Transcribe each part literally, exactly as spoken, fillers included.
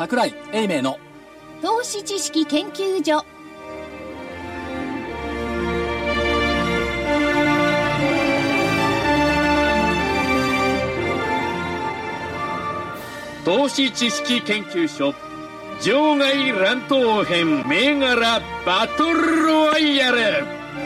櫻井英明の投資知識研究所。 投資知識研究所場外乱闘編銘柄バトルロワイヤル。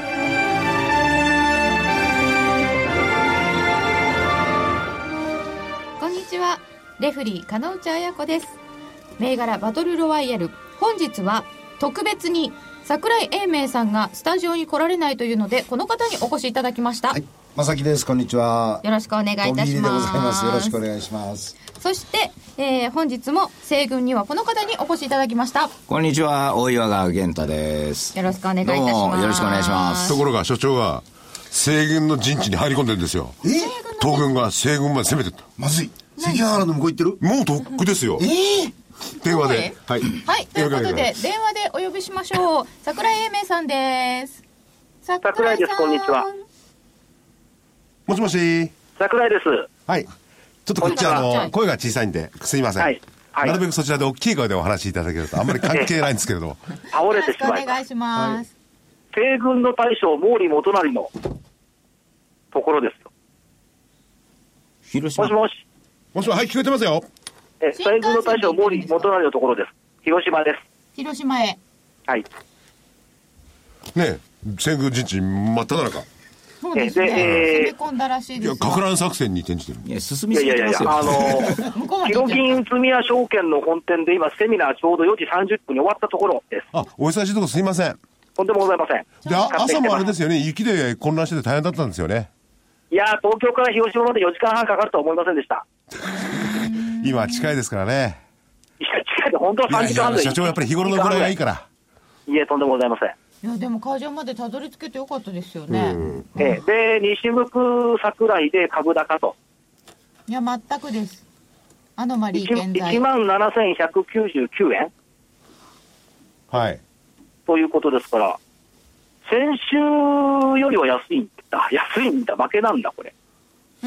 こんにちは、レフリー金内彩子です。銘柄バトルロワイヤル、本日は特別に櫻井英明さんがスタジオに来られないというので、この方にお越しいただきました。 はい、正木です。こんにちは。 よろしくお願いいたします。 小木でございます。よろしくお願いします。 そして、えー、本日も西軍にはこの方にお越しいただきました。 こんにちは、大岩川源太です。 よろしくお願いいたします。 どうもよろしくお願いします。 ところが所長が西軍の陣地に入り込んでるんですよ。 えー、 東軍が西軍まで攻めてった。 まずい。関ヶ原の向こう行ってる。 もうとっくですよ。 えー、 電話で。 はい、はい、ということで電話でお呼びしましょう。櫻井英明さんです。 櫻井です。こんにちは。 もしもし。 櫻井です。 はい。ちょっとこっちあの声が小さいんですいません。はいはい、なるべくそちらで大きい声でお話しいただけるとあんまり関係ないんですけれども。 倒れてしまいます。 お願いします。 はい、西軍の大将毛利元就のところですよ。 広島。 もしもし。 もしもし、はい、聞こえてますよ。 え、西軍の大将毛利元就のところです。広島です。 広島へ。 はい。 ねえ、西軍陣地真っ只中。 そうですね。えー、攻め込んだらしいですよ。 いや、かく乱作戦に転じてる。 いや、進みすぎてますよ。 いやいやいや、あの広銀積谷証券の本店で今セミナーちょうどよじさんじゅっぷんに終わったところです。 あ、お忙しいところすいません。 とんでもございません。 で、朝もあれですよね、雪で混乱してて大変だったんですよね。 いや、東京から広島までよじかんはんかかるとは思いませんでした。 今近いですからね。 いや、近いで本当はさんじかんはんで。 いやいや、社長やっぱり日頃のぐらいがいいから。 いえ、とんでもございません。 いや、でも会場までたどり着けてよかったですよね。 えで、西向く桜井で株高と。 いや、全くです。アノマリー現在いちまんななせんひゃくきゅうじゅうきゅうえん。 はい。 ということですから、先週よりは安いんだ。安いんだ。負けなんだ、これ。 うん。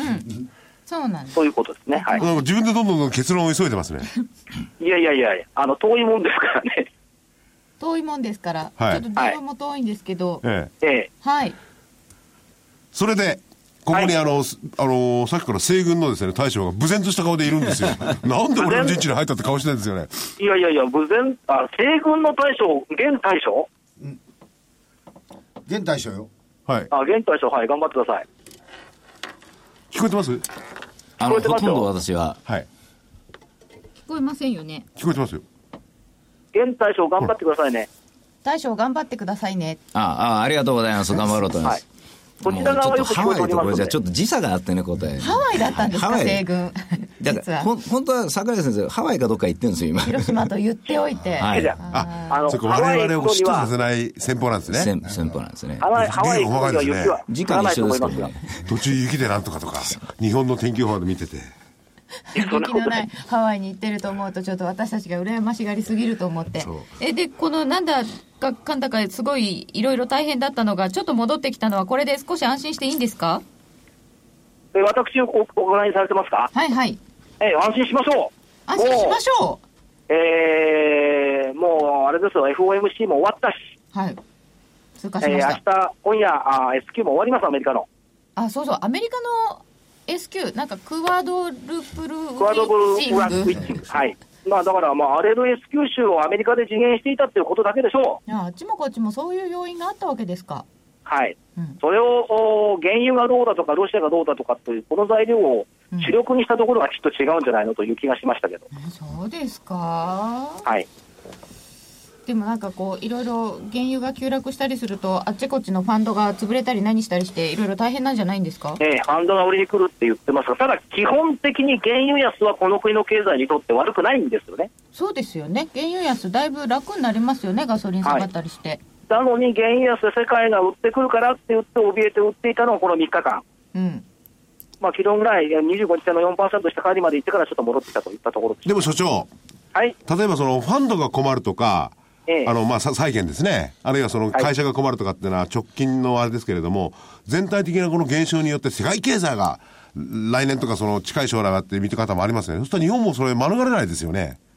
そうなんです。 ということですね。はい。 自分でどんどん結論を急いでますね。 いやいやいや、あの、遠いもんですからね。 遠いもんですから、 はい、 ちょっと電話も遠いんですけど、 はい、ええ、 はい。 それでここにあの、はい、あのさっきから西軍のですね大将が無然とした顔でいるんですよ。なんで俺の陣地に入ったって顔してるんですよね。 いやいやいや、無然、あ、西軍の大将、現大将、 うん、現大将よ。 はい。 あ、現大将、はい、頑張ってください。 聞こえてます？ あの、ほとんど私は。 はい。 聞こえませんよね。 聞こえてますよ。 現大将頑張ってくださいね。 大将頑張ってくださいね。 ああ、ありがとうございます。頑張ろうと思います。 はい、こちら側はよく聞こえておりますので。ハワイとこれじゃちょっと時差があってね、答え。 ハワイだったんですか、西軍。 だからほん本当は櫻井先生ハワイかどっか行ってるんですよ今。 広島と言っておいて。 はい。 あ、あの我々を嫉妬させない戦法なんですね。 戦戦法なんですね。 ハワイハワイ行くには雪は時間一緒ですからね。 途中雪でなんとかとか日本の天気予報で見てて。 雪のないハワイに行ってると思うとちょっと私たちが羨ましがりすぎると思って。えでこのなんだかかんだかすごいいろいろ大変だったのがちょっと戻ってきたのはこれで少し安心していいんですか？ え私をご覧にされてますか？ はいはい。 え安心しましょう。 安心しましょう。えー、もうあれですよ エフオーエムシー も終わったし。 はい。通過しました。 えー、明日今夜あ エスキュー も終わりますアメリカの。あそうそうアメリカのエスキュー なんかクワドルプルウィッチング。 クワドルプルウィッチング。はい。まあだからまあ荒れる エスキュー 州をアメリカで実現していたということだけでしょう。 いやあっちもこっちもそういう要因があったわけですか。 はい。うん、それを原油がどうだとかロシアがどうだとかというこの材料を主力にしたところがきっと違うんじゃないのという気がしましたけど。 うん、そうですか。 はい。 でもなんかこういろいろ原油が急落したりするとあっちこっちのファンドが潰れたり何したりしていろいろ大変なんじゃないんですか？ ええ、ファンドが売りに来るって言ってますが、ただ基本的に原油安はこの国の経済にとって悪くないんですよね。 そうですよね。原油安だいぶ楽になりますよね。ガソリン下がったりして、はい、 なのに原油安で世界が売ってくるからって言って怯えて売っていたのはこのみっかかん、うん、まあ昨日ぐらいにじゅうごにちの よんパーセント 下帰りまで行ってからちょっと戻ってきたといったところです。 でも所長、 はい、 例えばそのファンドが困るとかええ、あのまあ債券ですね、あるいはその会社が困るとかっていうのは直近のあれですけれども、はい、全体的なこの減少によって世界経済が来年とかその近い将来はって見て方もありますよね。そしたら日本もそれ免れないですよね。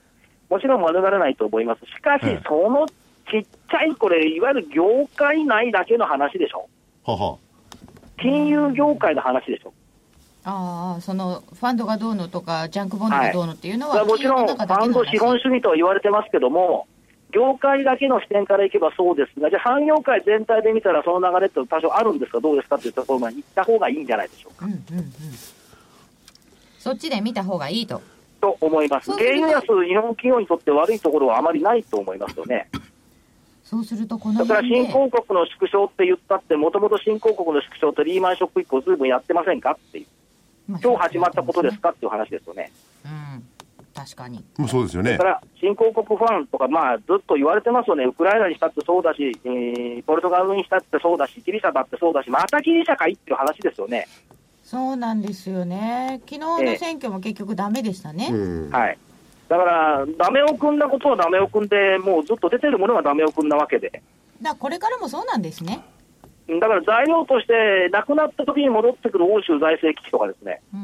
もちろん免れないと思います。しかし、 ええ、 そのちっちゃい、これ、いわゆる業界内だけの話でしょ。 はは。 金融業界の話でしょ。 ああ、そのファンドがどうのとか、ジャンクボンドがどうのっていうのは、 はい、もちろん、ファンド資本主義とは言われてますけども、業界だけの視点からいけばそうですが、じゃあ、産業界全体で見たら、その流れって多少あるんですか、どうですかっていうところまで行った方がいいんじゃないでしょうか。 うんうんうん、そっちで見た方がいいと。 と思います。原油安、日本企業にとって悪いところはあまりないと思いますよね。 そうするとこのだから新興国の縮小って言ったって、もともと新興国の縮小ってリーマンショック以降、ずいぶんやってませんかっていう、まあ、今日始まったことですかっていう話ですよね。 うん、確かに。 そうですよね。 だから新興国ファンとか、まあ、ずっと言われてますよね。ウクライナにしたってそうだし、えー、ポルトガルにしたってそうだし、ギリシャだってそうだし、またギリシャかいっていう話ですよね。 そうなんですよね。昨日の選挙も結局ダメでしたね。 えー、はい。だから、ダメを組んだことはダメを組んで、もうずっと出てるものがダメを組んだわけで。 だこれからもそうなんですね。 だから材料として、なくなった時に戻ってくる欧州財政危機とかですね、うん、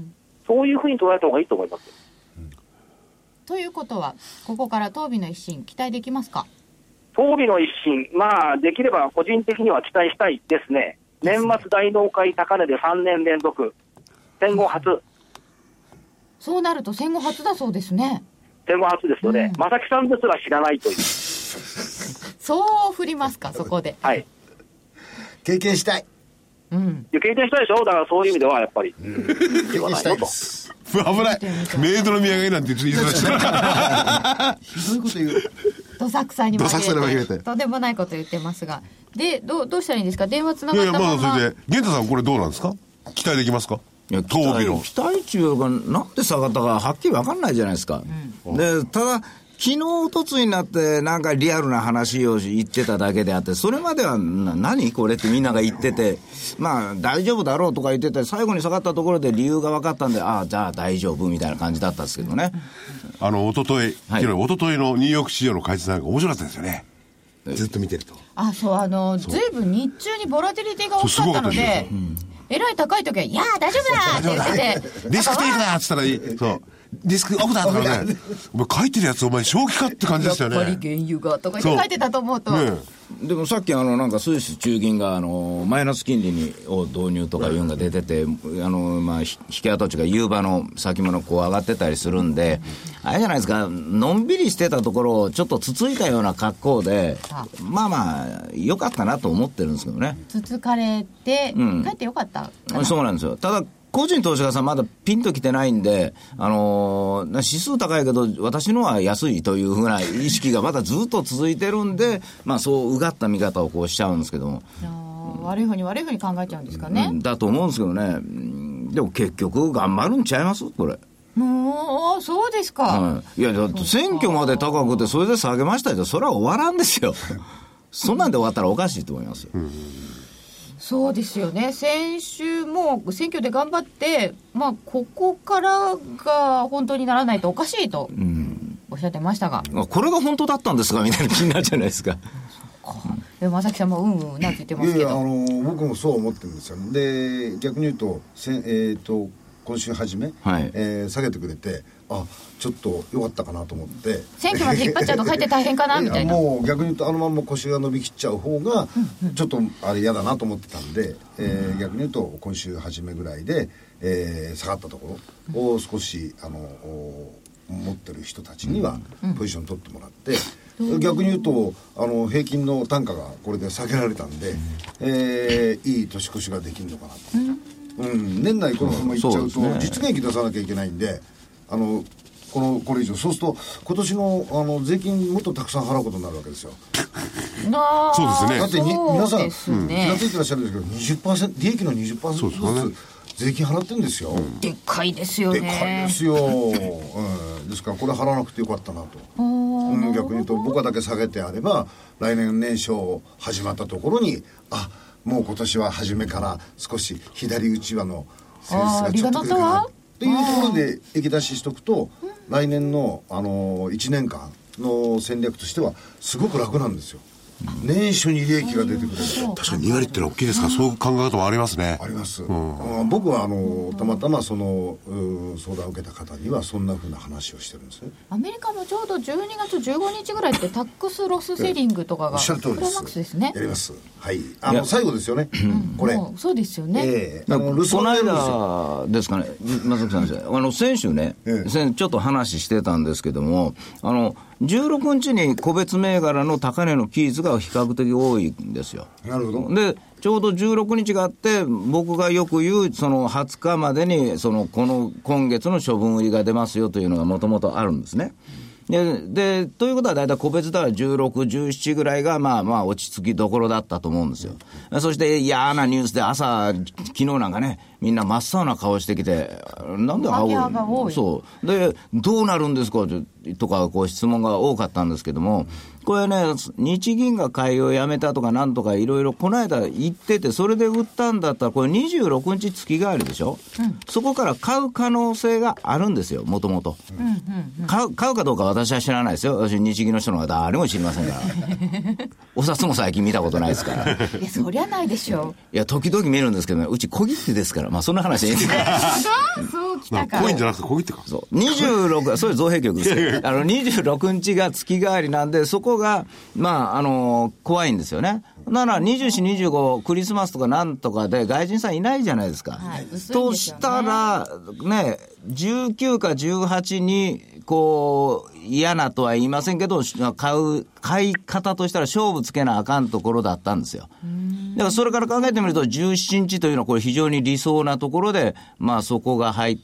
そういうふうに捉えた方がいいと思います。 うん、ということは、ここから東美の一新、期待できますか？ 東美の一新、まあ、できれば個人的には期待したいですね。年末大納会高値でさんねん連続、戦後初。 そうなると戦後初だそうですね。 戦後初ですよね。 うん、 正木さんですら知らないという。 そう振りますか、そこで。 はい。 経験したい。 うん。 経験したいでしょ。だからそういう意味ではやっぱり。うん、 経験したいです。 危ない。メイドの土産なんて言いづらいし。 ひどいこと言う。 どさくさに紛れて。 て。 とんでもないこと言ってますが。で、どう、どうしたらいいんですか？電話つながったまま。 いやいや、まだそれで、玄太さんこれどうなんですか？期待できますか？ いや期待期待値がなんで下がったかはっきり分かんないじゃないですか、うん、でただ昨日おとついになってなんかリアルな話を言ってただけであって、それまではな何これってみんなが言ってて、まあ大丈夫だろうとか言ってて、最後に下がったところで理由が分かったんで、ああじゃあ大丈夫みたいな感じだったんですけどね。 あの一昨日、 はい、 昨日一昨日のニューヨーク市場の解説なんか面白かったですよね。ずっと見てると。 あ、そう、あのずいぶん日中にボラティリティが大きかったので、えらい高い時は、いやー大丈夫だって言ってて、 リスクテイクだっつったらいい。そう。リスクオフだとかね。お前書いてるやつお前正気かって感じですよね。 やっぱり原油がとか言って書いてたと思うと。 ね、でもさっきあのなんかスイス中銀があのマイナス金利にを導入とかいうのが出てて、あのまあ引け跡地が夕場の先物こう上がってたりするんで、あれじゃないですか、のんびりしてたところをちょっとつついたような格好で、まあまあ良かったなと思ってるんですけどね。 つつかれて、うん、帰ってよかったかな。 そうなんですよ。ただ個人投資家さんまだピンときてないんで、あのー、指数高いけど私のは安いというふうな意識がまだずっと続いてるんで、まあそううがった見方をこうしちゃうんですけども、 うん、悪いふうに悪いふうに考えちゃうんですかね、 うん、だと思うんですけどね。でも結局頑張るんちゃいますこれ。 もうそうですか、 はい、いやだって選挙まで高くてそれで下げましたけど、それは終わらんですよそんなんで終わったらおかしいと思いますよ、うん、 そうですよね。先週も選挙で頑張って、まあ、ここからが本当にならないとおかしいとおっしゃってましたが、 うん、これが本当だったんですかみたいな気になるじゃないですかでも正木さんもうんうんなんて言ってますけど、 いやいやあの僕もそう思ってるんですよ。で逆に言うと、せ、えー、と今週初め、はいえー、下げてくれて、あちょっと良かったかなと思って、 選挙まで引っ張っちゃうとかえって大変かなみたいなもう逆に言うとあのまま腰が伸びきっちゃう方がちょっとあれ嫌だなと思ってたんで、えー、逆に言うと今週初めぐらいで、えー、下がったところを少しあの持ってる人たちにはポジション取ってもらって、うん、逆に言うとあの平均の単価がこれで下げられたんで、うんえー、いい年越しができるのかなと、うんうん、年内このままいっちゃうと実益出さなきゃいけないんで、あのこのこれ以上そうすると今年 の, あの税金もっとたくさん払うことになるわけですよ。 あそうですね。 だってに皆さん、 ね、 気が付いてらっしゃるんですけど にじゅっパーセント 利益の にじゅっパーセント ずつ税金払ってるんですよ、うん、 でっかいですよね。 でっかいですよ、うん、ですからこれ払わなくてよかったなと、うん、逆に言うと僕はだけ下げてあれば来年年初始まったところにあもう今年は初めから少し左内輪のセールスがちょっとくるかなっていうところで液出ししとくと、来年の、あのー、いちねんかんの戦略としてはすごく楽なんですよ。 年初に利益が出てくる。 確かにに割ってのは大きいですから、そういう考え方もありますね。 あります、うん、僕はあのたまたまその相談を受けた方にはそんなふうな話をしてるんですね。 アメリカもちょうどじゅうにがつじゅうごにちぐらいってタックスロスセリングとかがおっしゃる通りです。 プロマックスですね。 やります。はい。あの最後ですよね。これ。 そうですよね。 えー、あのこの間ですかね、松崎先生、あの先週ね、えー、ちょっと話してたんですけども、あのじゅうろくにちに個別銘柄の高値の期日が比較的多いんですよ。 なるほど。 でちょうどじゅうろくにちがあって、僕がよく言うそのはつかまでにそのこの今月の処分売りが出ますよというのがもともとあるんですね。で, でということは大体個別ではじゅうろく、じゅうしちぐらいがまあまあ落ち着きどころだったと思うんですよ。そして嫌なニュースで朝昨日なんかね、みんな真っ青な顔してきて、なんで青いそうでどうなるんですかとかこう質問が多かったんですけども、これね、日銀が買いをやめたとかなんとかいろいろこの間言ってて、それで売ったんだったらこれにじゅうろくにち月替わりでしょ、うん、そこから買う可能性があるんですよ、もともと。買うかどうか私は知らないですよ。私日銀の人の方が誰も知りませんからお札も最近見たことないですからいやそりゃないでしょう。 いや時々見るんですけど、ね、うち小切手ですから、まあそんな話ですそうきたか。 コインじゃなくて小切手か。 そうにじゅうろくそういう造幣局ですよあのにじゅうろくにちが月替わりなんで、そこがまああの怖いんですよね。ならにじゅうよん、にじゅうごクリスマスとかなんとかで外人さんいないじゃないですか、 はい、ですとしたらね、じゅうくかじゅうはちにこう嫌なとは言いませんけど、買う買い方としたら勝負つけなあかんところだったんですよ。だからそれから考えてみるとじゅうしちにちというのはこれ非常に理想なところで、まあそこが入った、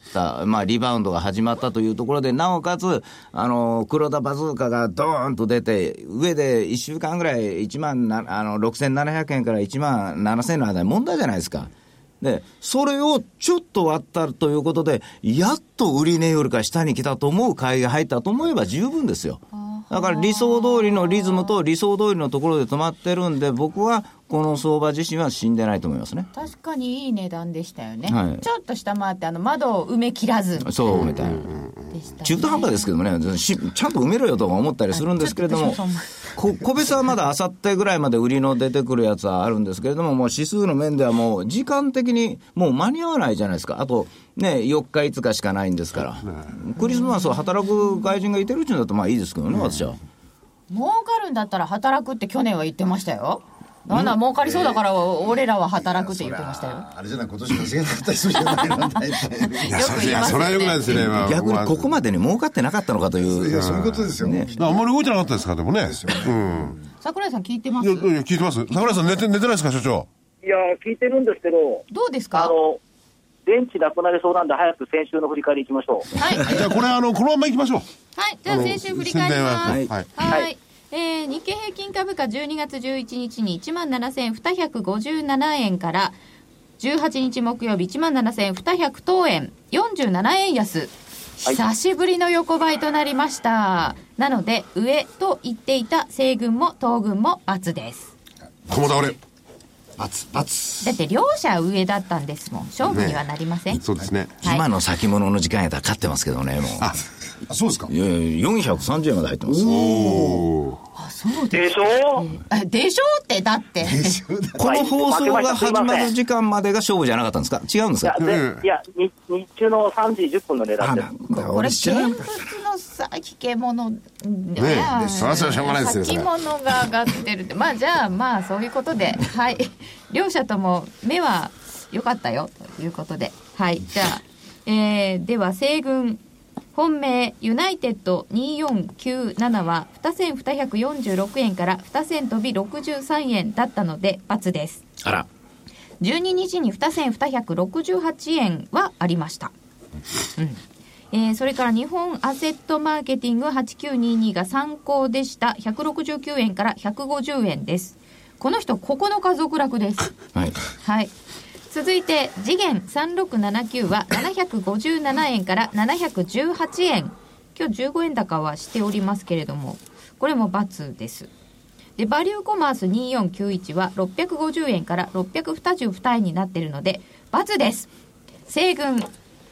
まあリバウンドが始まったというところで、なおかつあの黒田バズーカがドーンと出て、上でいっしゅうかんぐらいいちまんろくせんななひゃくえんからいちまんななせんの間に問題じゃないですか。でそれをちょっと割ったということで、やっと売り値よりか下に来たと思う買いが入ったと思えば十分ですよ。だから理想通りのリズムと理想通りのところで止まってるんで、僕はこの相場自身は死んでないと思いますね。 確かにいい値段でしたよね、 はい、ちょっと下回ってあの窓を埋め切らず、 そうみたいな、ね、中途半端ですけどもね、ちゃんと埋めろよとか思ったりするんですけれども、こ個別はまだあさってぐらいまで売りの出てくるやつはあるんですけれども、もう指数の面ではもう時間的にもう間に合わないじゃないですか。あとね、よっかいつかしかないんですから、クリスマスは働く外人がいてるうちだとまあいいですけどね、私は。 儲かるんだったら働くって去年は言ってましたよ。なんだ、儲かりそうだから俺らは働くって言ってましたよ。 あれじゃない、今年稼げなかったりするじゃないの大体いやそれいやそれはよくないですね、まあ、 逆にここまでに儲かってなかったのかという、 いやそういうことですよね。 あんまり動いてなかったですか、でもね。うん、 桜井さん聞いてます？ いやいや聞いてます。桜井さん寝て寝てないですか、所長。 いや聞いてるんですけど、 どうですか？ あの電池なくなりそうなんで、早く先週の振り返りいきましょう。 はい。 じゃあこれあのこのままいきましょう。 はい。じゃあ先週振り返ります。 はい。 はい。はいえー、日経平均株価じゅうにがつじゅういちにちに いちまんななせんにひゃくごじゅうななえんからじゅうはちにち木曜日 いちまんななせんにひゃくとうえん、よんじゅうななえん安、久しぶりの横ばいとなりました。なので上と言っていた西軍も東軍も×です。 駒倒れ ×× だって両者上だったんですもん。勝負にはなりません、 ね、そうですね、 はい、 今の先物の時間やったら勝ってますけどね、もう。 ああそうですか。 いやいやよんひゃくさんじゅうえんまで入ってます。 おあそうですでしょ、 えー、でしょってだってこの放送が始まる時間までが勝負じゃなかったんですか？違うんですか？ いや、でいや日, 日中のさんじじゅっぷんの値段です。 これ現物の先物ねえ、そらそらしょうがないですよ。 先物が上がってるって、まあじゃあまあそういうことで、はい両者とも目は良かったよということで、はいじゃあ、えー、では西軍本命ユナイテッドによんきゅうななはにせんにひゃくよんじゅうろくえんからにせん飛びろくじゅうさんえんだったので×です。 あらじゅうににちににせんにひゃくろくじゅうはちえんはありました、うんえー、それから日本アセットマーケティングはちきゅうににが参考でした。ひゃくろくじゅうきゅうえんからひゃくごじゅうえんです。この人ここのか続落です。 はい、 はい続いて次元さんろくななきゅうはななひゃくごじゅうななえんからななひゃくじゅうはちえん、今日じゅうごえん高はしておりますけれども、これも×です。でバリューコマースによんきゅういちはろっぴゃくごじゅうえんからろっぴゃくにじゅうにえんになっているので×です。西軍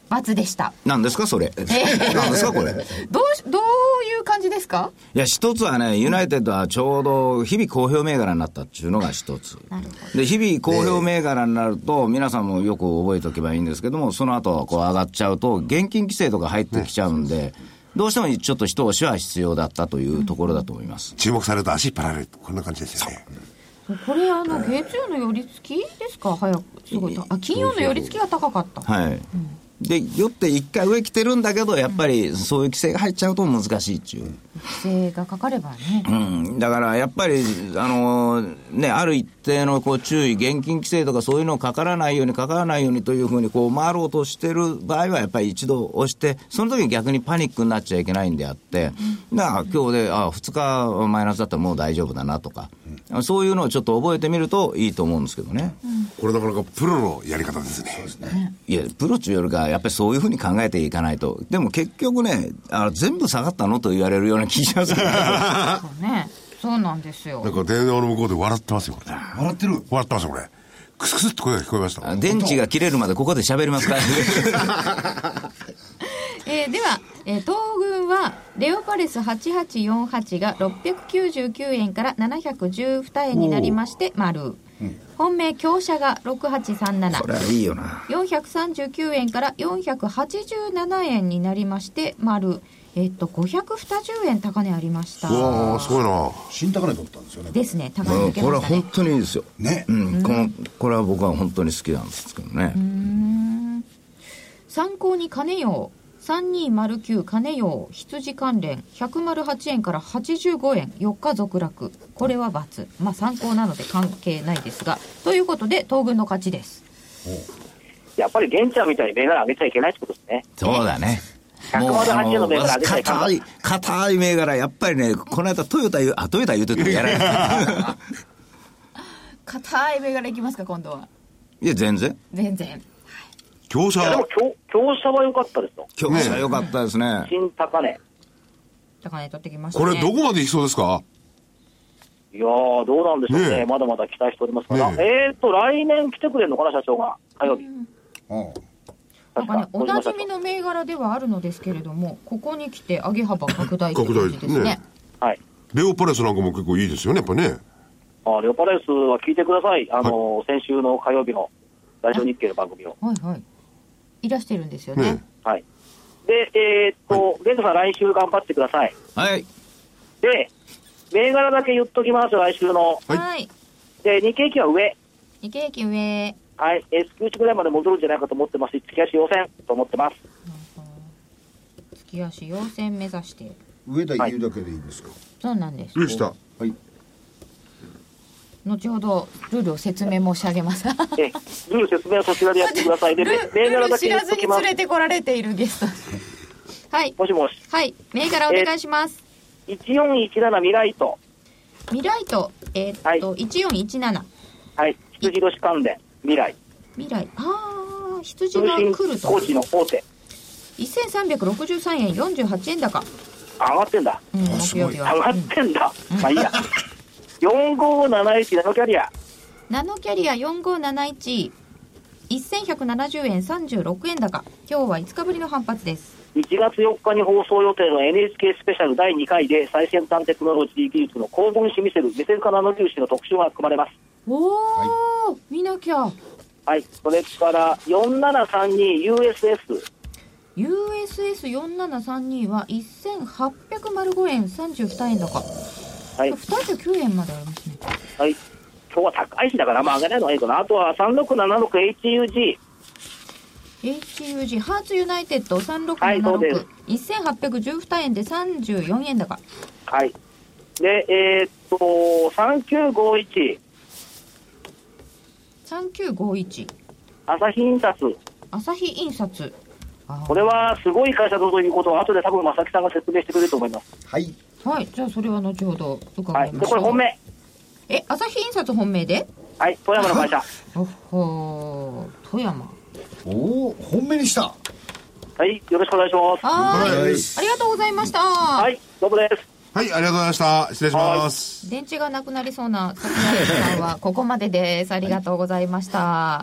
×でした。 何ですかそれ、えー、何ですかこれ。 どうどういう感じですか。 いや一つはね、ユナイテッドはちょうど日々公表銘柄になったっていうのが一つ。なるほど。で日々公表銘柄になると、皆さんもよく覚えておけばいいんですけども、その後こう上がっちゃうと現金規制とか入ってきちゃうんで、ね、どうしてもちょっと一押しは必要だったというところだと思います、うん、 注目されると足引っ張られる、こんな感じですよね。 これあの月曜の寄り付きですか。早くすごいあ金曜の寄り付きが高かった。はい、うん、 でよって一回上来てるんだけど、やっぱりそういう規制が入っちゃうと難しいっていう、 規制がかかればね、 うん、だからやっぱりあのね、ある一定のこう注意、現金規制とかそういうのかからないようにかからないようにというふうにこう回ろうとしてる場合はやっぱり一度押して、その時に逆にパニックになっちゃいけないんであって、だから今日であふつかマイナスだったらもう大丈夫だなとか、そういうのをちょっと覚えてみるといいと思うんですけどね、うん、 これなかなかプロのやり方ですね。そうですね。 いやプロっていうよりかやっぱりそういうふうに考えていかないと。でも結局ね、あ全部下がったのと言われるような気がしますね。 そうね、そうなんですよ。 なんか電話の向こうで笑ってますよ。 笑ってる笑ってますよこれ。クスクスって声が聞こえました。 電池が切れるまでここで喋りますから。 えー、では、えー、東軍はレオパレスはちはちよんはちがろっぴゃくきゅうじゅうきゅうえんからななひゃくじゅうにえんになりまして丸、うん、本命強者がろくはちさんなな、 これはいいよな、 よんひゃくさんじゅうきゅうえんからよんひゃくはちじゅうななえんになりまして丸、えっとごひゃくにじゅうえん高値ありました。 うわーすごいな。 新高値取ったんですよね。 ですね、高値抜けましたね。 これは本当にいいですよね、 うん、このこれは僕は本当に好きなんですけどね。 うーん、参考に金陽さんにーまるきゅう金陽羊関連ひゃくはちえんからはちじゅうごえんよっか続落、これは×、まあ参考なので関係ないですが、ということで東軍の勝ちです。 やっぱり現地ャーみたいに銘柄上げちゃいけないってことですね。 そうだね。 ひゃくはちえんの銘柄上げちゃいけない。 硬い銘柄やっぱりね、この間トヨタ言うあトヨタ言うときやられた。 硬い銘柄いきますか今度は。 いや全然全然。 強者。 でも強強者は良かったですよ。 強者良かったですね。 新高値。 高値取ってきましたね。 これどこまでいきそうですか。 いやーどうなんでしょうね。ねまだまだ期待しておりますから。ね、えーと来年来てくれるのかな社長が火曜日。うん、 なんかね、おなじみの銘柄ではあるのですけれども、ここに来て上げ幅拡大って感じですね。ね、 はい。 レオパレスなんかも結構いいですよね、やっぱね。 あ、レオパレスは聞いてください。あの、はい、先週の火曜日のラジオ日経の番組を。 はいはい。いらしてるんですよね。ね、 はい。で、えー、っと、ゲントさん来週頑張ってください。 はい。 で、銘柄だけ言っときます、来週の。 はい。 で、日経平均は上。 日経平均上。 はい、S q 値ぐらいまで戻るんじゃないかと思ってます。月足要線と思ってます。 月足要線目指して上田言うだけでいいんですか。はい、 そうなんです。 上下。 はい。 後ほどルールを説明申し上げます。 え、ルール説明はそちらでやってください。で、銘柄だけ言っときます。 知らずに連れてこられているゲスト。はい。 もしもし。 はい。銘柄お願いします。 いちよんいちななミライト。 ミライト、えー、っと、はい、いちよんいちなな。 はい。羊年関連。未来未来ああ羊が来ると高知の大手せんさんびゃくろくじゅうさんえんよんじゅうはちえん高上がってんだ、 うん、木曜日は上がってんだ、うん、まあいいやよんごーなないちナノキャリアナノキャリアよんごーなないちせんひゃくななじゅうえんさんじゅうろくえん高、今日はいつかぶりの反発です。 いちがつよっかに放送予定の エヌエイチケー スペシャルだいにかいで最先端テクノロジー技術の高分子ミセルメセル化ナノ粒子の特集が組まれます。 おー、はい、見なきゃ。 はい、それからよんななさんに ユーエスエスユーエスエスよんななさんに はせんはっぴゃくごえんさんじゅうにえん高、はい、にじゅうきゅうえんまでありますね。 はい、今日は高いしだからまあ上げないのがいいかな。あとはさんろくななろくエイチユージーエイチユージー ハーツユナイテッドさんろくななろく、はい、せんはっぴゃくじゅうにえんでさんじゅうよんえん高。 はい。でえー、っとさんきゅうごいちさんきゅうごいち朝日印刷朝日印刷、 これはすごい会社だということを後で多分正木さんが説明してくれると思います。 はいはい、じゃあそれは後ほど伺いましょう。はい、でこれ本命え朝日印刷本命で、 はい、富山の会社おほー富山、 おお本命にした。 はい、よろしくお願いします。 はい、ありがとうございました。 はい、どうもです。 はい、ありがとうございました。失礼します。 電池がなくなりそうな桜井さんはここまでです。ありがとうございました。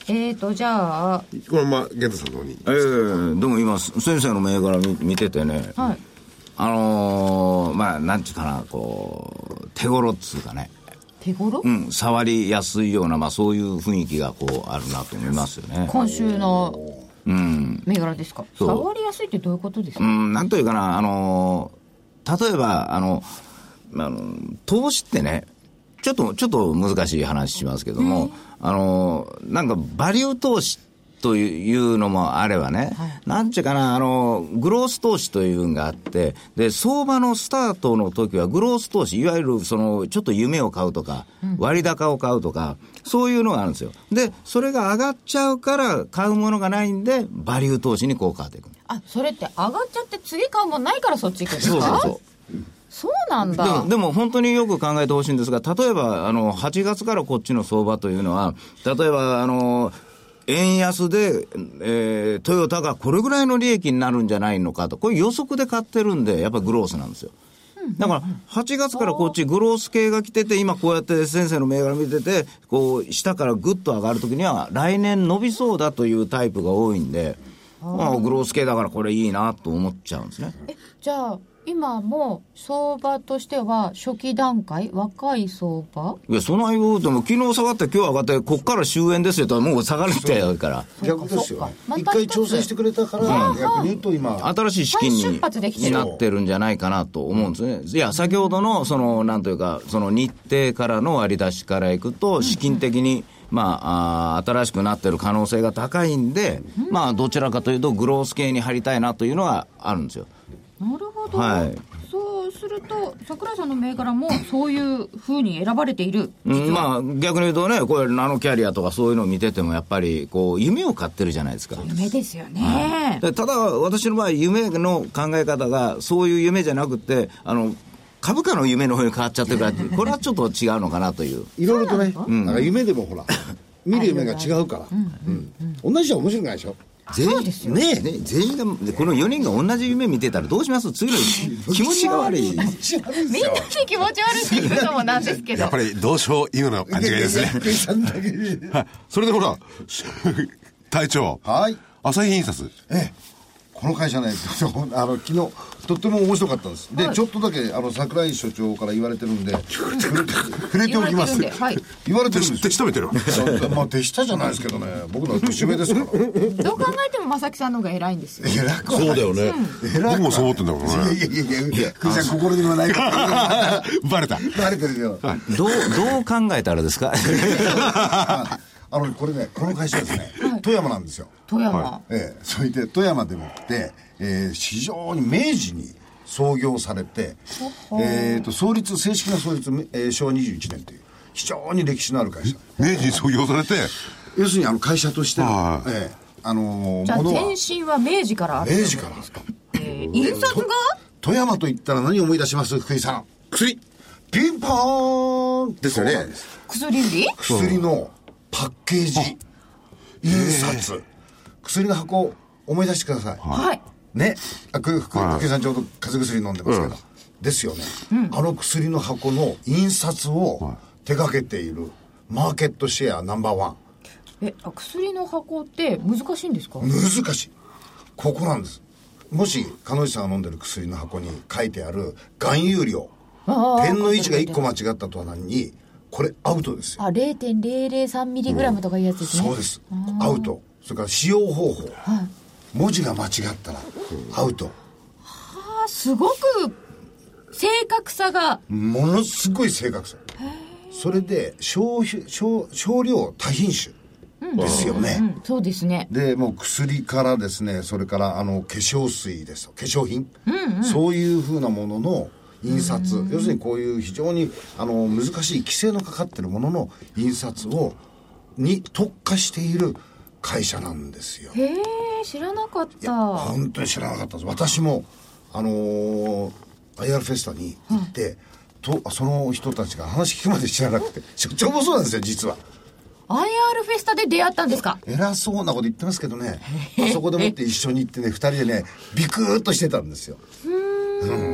えーとじゃあこれまあ玄太さんの方にええー、でも今先生の銘柄 見, 見ててね、はい、あのー、まあなんていうかなこう手頃っつうかね手頃、 うん、触りやすいような、まあ、そういう雰囲気がこうあるなと思いますよね。 今週の銘柄ですか、うん、触りやすいってどういうことですか？ うん、なんというかな、あの例えばあのあの投資ってねちょっとちょっと難しい話しますけども、あのなんかバリュー投資というのもあればね、はい、なんちゅうかな、あのグロース投資というのがあって、で相場のスタートの時はグロース投資、いわゆるそのちょっと夢を買うとか、うん、割高を買うとか、そういうのがあるんですよ。でそれが上がっちゃうから買うものがないんでバリュー投資にこう変わっていく。 あ、それって上がっちゃって次買うもんないからそっち行くんですか？ そうそうそうそうなんだ。 でも、でも本当によく考えてほしいんですが、例えばあのはちがつからこっちの相場というのは、例えばあの円安で、えー、トヨタがこれぐらいの利益になるんじゃないのかと、これ予測で買ってるんで、やっぱりグロースなんですよ。だからはちがつからこっちグロース系が来てて、今こうやって先生の銘柄見てて、こう下からグッと上がるときには来年伸びそうだというタイプが多いんで、まあ、グロース系だからこれいいなと思っちゃうんですね。 え、じゃあ今も相場としては初期段階、若い相場？ いや、その相棒でも昨日下がって今日上がってこっから終焉ですよと、もう下がるってやるから逆ですよ。一回調整してくれたから、うん、逆に言うと今新しい資金 に, になってるんじゃないかなと思うんですね。いや、先ほどのそのなんというか、その日程からの割り出しからいくと資金的に、まあ、あ新しくなってる可能性が高いんで、まあどちらかというとグロース系に入りたいなというのはあるんですよ。 なるほど、 はい、 そうすると櫻井さんの銘柄もそういう風に選ばれている、 うん、まあ逆に言うとね、これナノキャリアとかそういうのを見ててもやっぱりこう夢を買ってるじゃないですか。 夢ですよね、 はい、でただ私の場合夢の考え方がそういう夢じゃなくて、あの株価の夢の方に変わっちゃってるからこれはちょっと違うのかなという。 いろいろとね、うん、なんか夢でもほら見る夢が違うから、うんうん、同じじゃ面白くないでしょ。 全員ですよねえね全員がこのよにんが同じ夢見てたらどうします？次の気持ちが悪いみんなに気持ち悪いって言うのもなんですけどやっぱり同性言うの間違いですねそれでほら隊長、はい、朝日印刷、 ええ、この会社ねあの昨日とっても面白かったんです。で、はい、ちょっとだけあの櫻井所長から言われてるんで触れておきます。言われてるんで、はい、言われてるんです。 手下見てるまあ手下じゃないですけどね、僕の年上ですからどう考えても正木さんの方が偉いんですよ。 偉くそうだよね、うん、僕もそう思ってんだもんね。いやいやいや久井さん心にはないからバレたバレてるよ、 はい、どうどう考えたらですかあのこれね、この会社ですね、はい、富山なんですよ。 富山、はい、 ええ、それで富山でもって、えー、非常に明治に創業されて、えー、と創立正式な創立、えー、しょわにじゅういちねんという非常に歴史のある会社。 明治に創業されて、 要するにあの会社としての、えーあのー、 じゃあ前身は明治からあるんですか？ 明治から、 えー、印刷が富山といったら何を思い出します？福井さん。 薬ピンポーンですよね。 薬売り？ 薬のパッケージ、印刷、薬の箱思い出してください。 はいね、あ福井さんちょうど風邪薬飲んでますけど、うん、ですよね、うん、あの薬の箱の印刷を手掛けているマーケットシェアナンバーワン。 え、薬の箱って難しいんですか？ 難しい。ここなんです。もし彼女さんが飲んでる薬の箱に書いてある含有量、点の位置がいっこ間違ったとは何にこれアウトですよ。 あ、ゼロてんゼロゼロさんミリグラムとかいうやつですね、 うん、そうです。アウト。それから使用方法、はい、文字が間違ったらアウト。はあ、すごく正確さがものすごい正確さ。それで 少, 少, 少量多品種ですよね、うんうんうん、 そうですね。 でもう薬からですね、それからあの化粧水ですと化粧品、うんうん、そういうふうなものの印刷、うんうん、要するにこういう非常にあの難しい規制のかかっているものの印刷をに特化している会社なんですよ。 へえ、知らなかった。いや本当に知らなかったです。私もあのー、アイアール フェスタに行って、うん、とその人たちが話聞くまで知らなくて、所長もそうなんですよ実は。 アイアール フェスタで出会ったんですか？ 偉そうなこと言ってますけどねあそこでもって一緒に行ってねふたりでねビクーっとしてたんですよ。うーん、うん、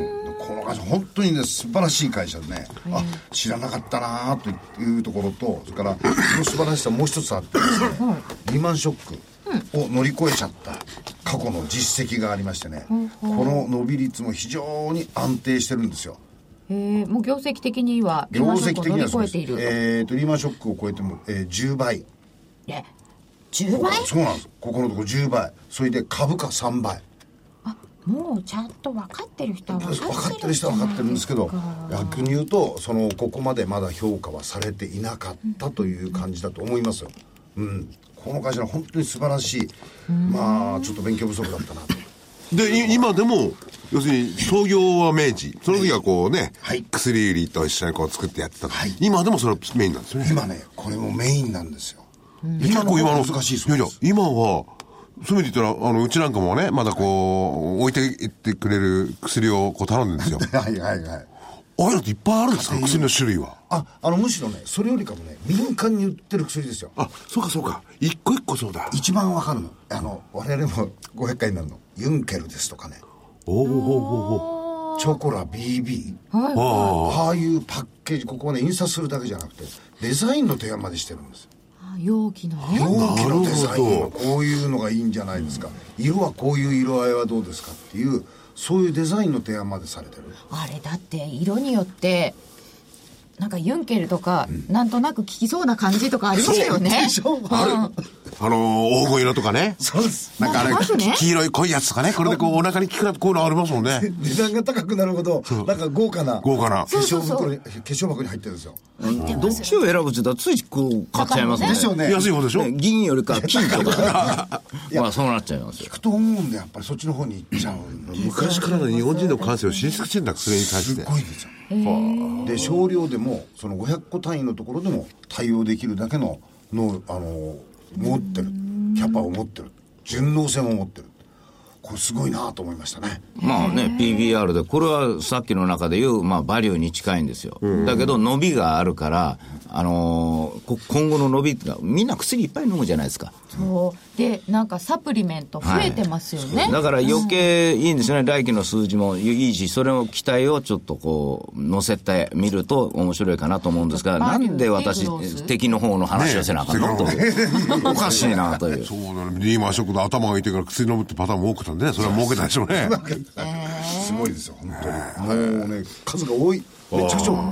この会社本当にね素晴らしい会社でね、あ知らなかったなというところと、それからその素晴らしさもう一つあってですね、リーマンショックを乗り越えちゃった過去の実績がありましてね、この伸び率も非常に安定してるんですよ。 えー、もう業績的にはリー業マンショックを乗り績的にはそうです。 越えている。 えーとリーマンショックを超えても、えー、じゅうばい。 えじゅうばい？ そうなんです。ここのところじゅうばい。それで株価さんばい。 もうちゃんと分かってる人は分かってる分かってる人は分かってるんですけど、逆に言うとそのここまでまだ評価はされていなかったという感じだと思いますよ。うん、この会社は本当に素晴らしい、まあちょっと勉強不足だったなと。 で今でも要するに創業は明治、その時はこうね、はい、薬売りと一緒にこう作ってやってたと、はい、今でもそれはメインなんですよね。 今ねこれもメインなんですよ。 結構今の難しいそうです。 いやいや今はそういう意味で言ったら、あの、うちなんかもね、まだこう、置いていってくれる薬をこう頼んでるんですよ。 はいはいはい。 ああいうのっていっぱいあるんですか、薬の種類は。 あ、あの、むしろね、それよりかもね、民間に売ってる薬ですよ。 あ、そうかそうか。一個一個そうだ。 一番わかるの。あの、我々もごひゃっかいになるの。ユンケルですとかね。 おおおおチョコラ ビービー。はい、ああいうパッケージ、ここはね、印刷するだけじゃなくて、デザインの提案までしてるんですよ。 容器のね、 容器のデザインはこういうのがいいんじゃないですか、色はこういう色合いはどうですかっていう、そういうデザインの提案までされてる。 あれだって色によってなんかユンケルとか、うん、なんとなく効きそうな感じとかありますよね。 そうでしょ、 ある、あのー、黄金色とかね。 そうです。 なんかあれ、ね、黄色い濃いやつとかね、これでこうお腹に効くなこういうのありますもんね。 値段が高くなるほどなんか豪華な豪華な化粧袋に化粧箱に入ってるんですよ。 どっちを選ぶって言ったらついこう買っちゃいますね。 ですよね。 安い方でしょ、 ね、銀よりか金とかまあそうなっちゃいますよ。 聞くと思うんでやっぱりそっちの方に行っちゃう。 昔からの日本人の感性を知り尽くしてんだ、それに対して。 すごいですよ。で少量でもそのごひゃっこ単位のところでも対応できるだけののあの持ってるキャパを持ってる、順応性も持ってる。これすごいなと思いましたね。 まあね ピービーアール でこれはさっきの中でいう、まあ、バリューに近いんですよ。だけど伸びがあるから、あのー、今後の伸びがみんな薬いっぱい飲むじゃないですか。 そうでなんかサプリメント増えてますよね、はい、 だから余計いいんですよね。来期の数字もいいし、それの期待をちょっとこう乗せてみると面白いかなと思うんですが、なんで私敵の方の話をせなあかんの、ね、とおかしいなという。 そうだね、リーマンショックで頭がいてから薬飲むってパターンも多くたんで、ね、それは儲けたでしょうね。 すごいですよ本当に。もうね数が多い、めちゃくちゃ多い、うん、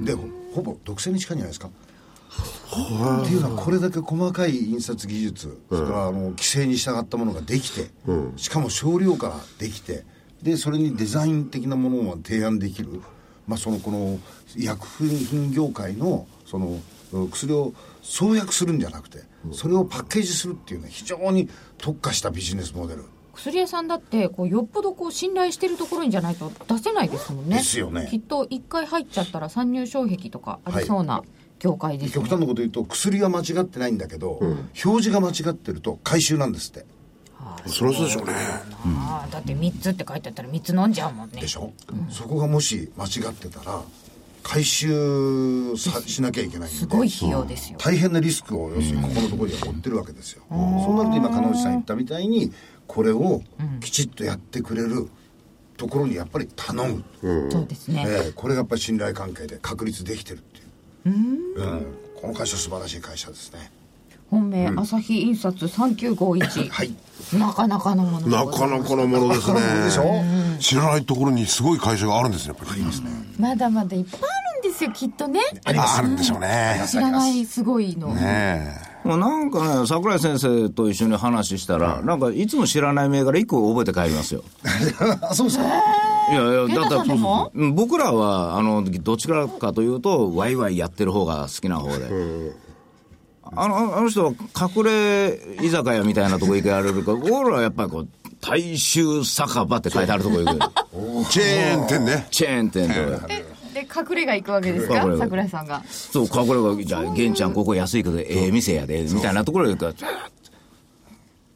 でほぼ独占に近いんじゃないですか。っていうのはこれだけ細かい印刷技術、それからあの規制に従ったものができて、しかも少量からできて、でそれにデザイン的なものを提案できる、まあ、そのこの医薬品業界のその薬を創薬するんじゃなくて、それをパッケージするっていうね、非常に特化したビジネスモデル。 薬屋さんだってこうよっぽどこう信頼してるところにじゃないと出せないですもんね。 ですよね。 きっと一回入っちゃったら参入障壁とかありそうな、はい、業界ですね。 極端なこと言うと薬は間違ってないんだけど、うん、表示が間違ってると回収なんですって。 はあ、そりゃそうでしょうね、 うん、だってみっつって書いてあったらみっつ飲んじゃうもんね。 でしょ、うん、そこがもし間違ってたら回収さしなきゃいけないんで、 すごい費用ですよ。 大変なリスクを要するにここのところには負ってるわけですよ。そうなると今金内さん言ったみたいにこれをきちっとやってくれるところにやっぱり頼む、 うん、そうですね、 えー、これがやっぱり信頼関係で確立できてるっていう、うんうん、この会社素晴らしい会社ですね。 本命、うん、朝日印刷さんきゅうごいち、はい、なかなかのもの、 なかなかのものですね。 でしょ、 うん、知らないところにすごい会社があるんですね。やっぱりありますね。 まだまだいっぱいあるんですよきっとね。 あります。あるんでしょうね。 知らないすごいのねえ。もうなんかね、桜井先生と一緒に話したら、うん、なんかいつも知らない銘柄いっこ覚えて帰りますよ。 そうですか。 いやいや、だからそうそう僕らはあのどっちからかというとワイワイやってる方が好きな方で、うん、あのあの人は隠れ居酒屋みたいなとこ行かれるから、俺らはやっぱりこう大衆酒場って書いてあるとこ行くチェーン店ね。 チェーン店とで隠れが行くわけですか、桜井さんが。 そう、隠れがじゃあ玄ちゃんここ安いけどええ店やでみたいなところで行くから、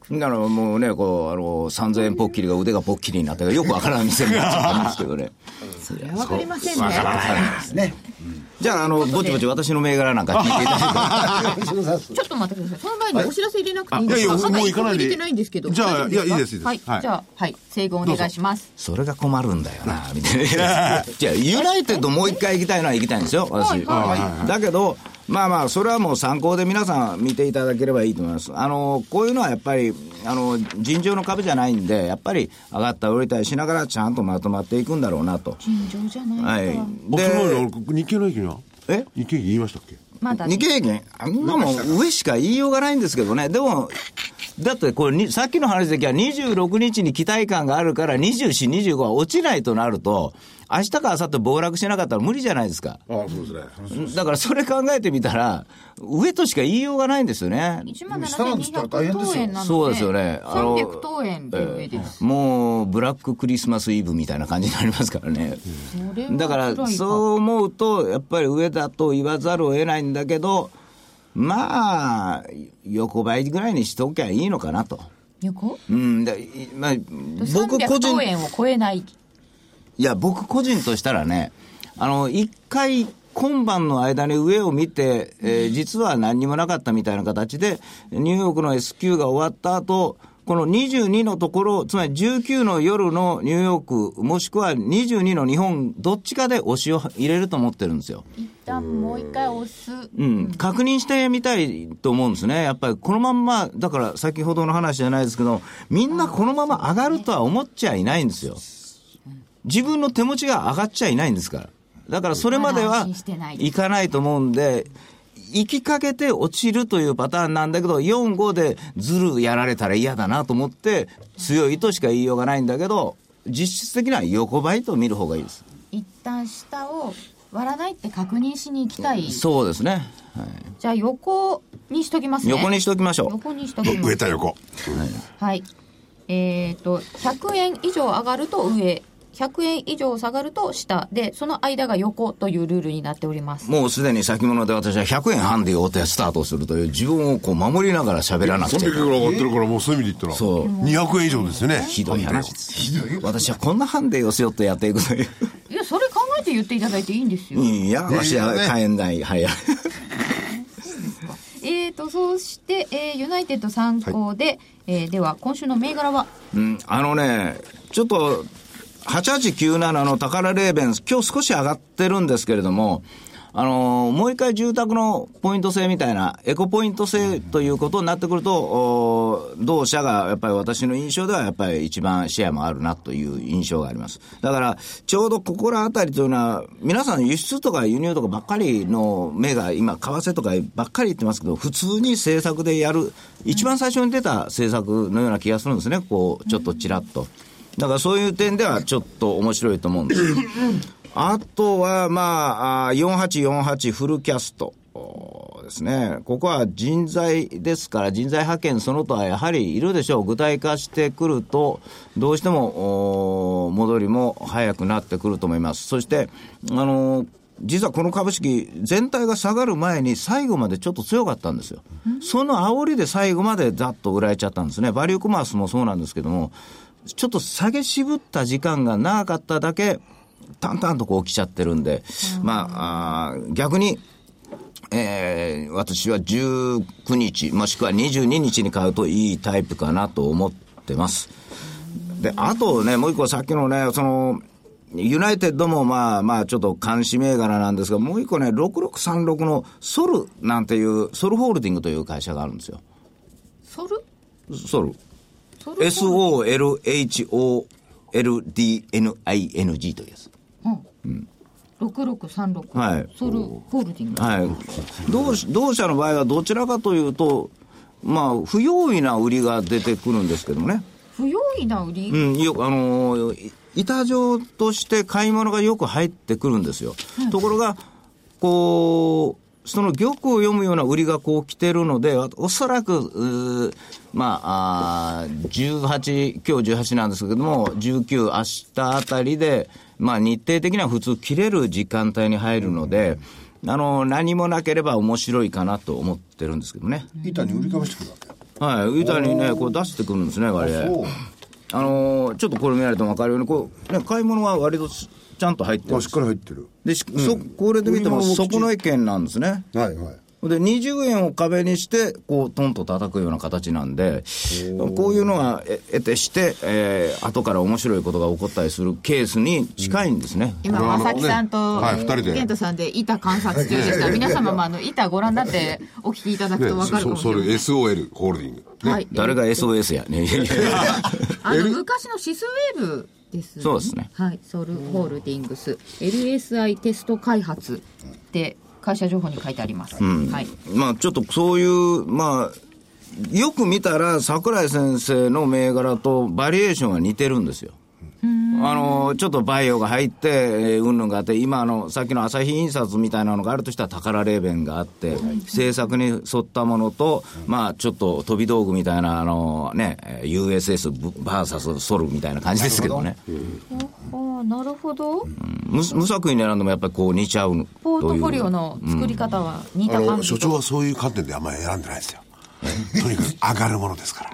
だからもうね、こう、あの、さんぜんえんポッキリが腕がポッキリになってよくわからん店になっちゃったんですけどね。 それはわかりませんね。 わからないですね。 じゃあ、あの、ぼちぼち私の銘柄なんか聞いていただいて。 ちょっと待ってください。その前にお知らせ入れなくていいんですか？ いやいやもう行かないで入れてないんですけど。 じゃあ、いや、いいです、いいです。 はい。じゃあ、はい。西軍お願いします。 それが困るんだよな、みたいな。じゃあ、ユナイテッドもう一回行きたいのは行きたいんですよ、私。だけど、まあまあ、それはもう参考で皆さん見ていただければいいと思います。あの、こういうのはやっぱり、あの、尋常の株じゃないんで、やっぱり上がったり降りたりしながらちゃんとまとまっていくんだろうなと。 尋常じゃないか。 はい。 で、日経の平均はえ日経平均言いましたっけ？ まだ日経平均、あんなもん上しか言いようがないんですけどね。でも、だってこれに、さっきの話できはにじゅうろくにちに期待感があるからにじゅうよん、にじゅうごは落ちないとなると、明日か明後日暴落しなかったら無理じゃないですか。 ああ、そうですね。 だからそれ考えてみたら、上としか言いようがないんですよね。 いちまんななせんにひゃくとうえんなので、 そうですよね。 さんびゃくとうえんで上です。 もう、ブラッククリスマスイブみたいな感じになりますからね。だから、そう思うと、やっぱり上だと言わざるを得ないんだけど、まあ、横ばいぐらいにしておきゃいいのかなと。 横？ うん、だまあ、僕個人。 さんびゃくとうえんを超えない。 いや、僕個人としたらね、あの、一回、今晩の間に上を見て、えー、実は何にもなかったみたいな形で、ニューヨークの エスキュー が終わった後、このにじゅうにのところ、つまりじゅうくの夜のニューヨーク、もしくはにじゅうにの日本、どっちかで押しを入れると思ってるんですよ。 一旦もう一回押す。 うん、確認してみたいと思うんですね。やっぱりこのまんま、だから先ほどの話じゃないですけど、みんなこのまま上がるとは思っちゃいないんですよ。自分の手持ちが上がっちゃいないんですから。だからそれまではいかないと思うんで、行きかけて落ちるというパターンなんだけど、よん、ごでずるやられたら嫌だなと思って、強いとしか言いようがないんだけど、実質的には横ばいと見る方がいいです。 一旦下を割らないって確認しに行きたい。 そうですね。はい、 じゃあ横にしときますね。 横にしときましょう。 横にしときます。 上た横。 はい。 はい、えっと、ひゃくえん以上上がると上。ひゃくえん以上下がると下で、その間が横というルールになっております。 もうすでに先物で私はひゃくえん半で予定スタートするという、自分をこう守りながら喋らなくちゃいけない。 さんびゃくえん上がってるから、もうそういう意味で言ったら、そうにひゃくえん以上ですよね。 ひどい話です。私はこんなハンデを背負ってやっていくという。 いや、それ考えて言っていただいていいんですよ。 いや、私は買えない。はい。 えーと、そして、えー、ユナイテッド参考で、はい、えー、では、今週の銘柄は、 うん、あのね、ちょっと、はちはちきゅうななの宝レーベンス、今日少し上がってるんですけれども、あのー、もう一回住宅のポイント制みたいな、エコポイント制ということになってくると、同社がやっぱり私の印象ではやっぱり一番シェアもあるなという印象があります。だから、ちょうどここらあたりというのは、皆さん輸出とか輸入とかばっかりの目が今、為替とかばっかり言ってますけど、普通に政策でやる、一番最初に出た政策のような気がするんですね、こう、ちょっとちらっと。だからそういう点ではちょっと面白いと思うんです。あとは、まあ、よんはちよんはちフルキャストですね。ここは人材ですから、人材派遣その他はやはりいるでしょう。具体化してくると、どうしても戻りも早くなってくると思います。そして、あの、実はこの株式全体が下がる前に最後までちょっと強かったんですよ。その煽りで最後までざっと売られちゃったんですね。バリューコマースもそうなんですけども、ちょっと下げ渋った時間が長かっただけ、淡々とこう来ちゃってるんで、まあ、あ逆に、えー、私はじゅうくにち、もしくはにじゅうににちに買うといいタイプかなと思ってます。で、あとね、もう一個さっきのね、その、ユナイテッドもまあまあちょっと監視銘柄なんですが、もう一個ね、ろくろくさんろくのソルなんていう、ソルホールディングという会社があるんですよ。 ソル？ ソル。エスオーエルエイチオーエルディーエヌアイエヌジー というやつ。うん。 ろくろくさんろく。 はい。 ソルホールディング。 はい。同, 同社の場合はどちらかというと、まあ、不用意な売りが出てくるんですけどもね。 不用意な売り？ うん、よく、あのー、板状として買い物がよく入ってくるんですよ。うん、ところが、こう、その玉を読むような売りがこう来てるので、おそらく、まあ、あじゅうはち、今日じゅうはちなんですけども、じゅうきゅう、明日あたりで、まあ日程的には普通切れる時間帯に入るので、あの、何もなければ面白いかなと思ってるんですけどね。 板に売りかぶしてくるわけ。 はい、板にね、こう出してくるんですね、割合。あのー、ちょっとこれ見られても分かるように、こう、ね、買い物は割とちゃんと入ってる。 しっかり入ってる。 で、うん、そこれで見ても、底の意見なんですね。 はいはい。 でにじゅうえんを壁にしてこうトンと叩くような形なんで、こういうのが得てして、えー、後から面白いことが起こったりするケースに近いんですね、 うん、今正木さんと健太さんで板観察中でした。皆様もあの板ご覧になってお聞きいただくと分かるかもしれない、 ね、そ, それ エスオーエル ホールディング、 ね、はい、誰が エスオーエス やねあの昔のシスウェーブです、ね、 そうですね、 はい、ソルホールディングス エルエスアイ テスト開発で会社情報に書いてあります、うん、はい、 まあちょっとそういうまあよく見たら櫻井先生の銘柄とバリエーションが似てるんですよ。あのちょっとバイオが入ってうんぬんがあって、今あのさっきの朝日印刷みたいなのがあるとしたら宝レーベンがあって、はい、政策に沿ったものと、うん、まあちょっと飛び道具みたいなあのね ユーエスエス バーサスソルみたいな感じですけどね。 ああ、なるほど、うん、 無, 無作為に選んでもやっぱりこう似ちゃうポートフォリオの作り方は似た感じ、うん、 あの所長はそういう観点であんまり選んでないですよとにかく上がるものですから。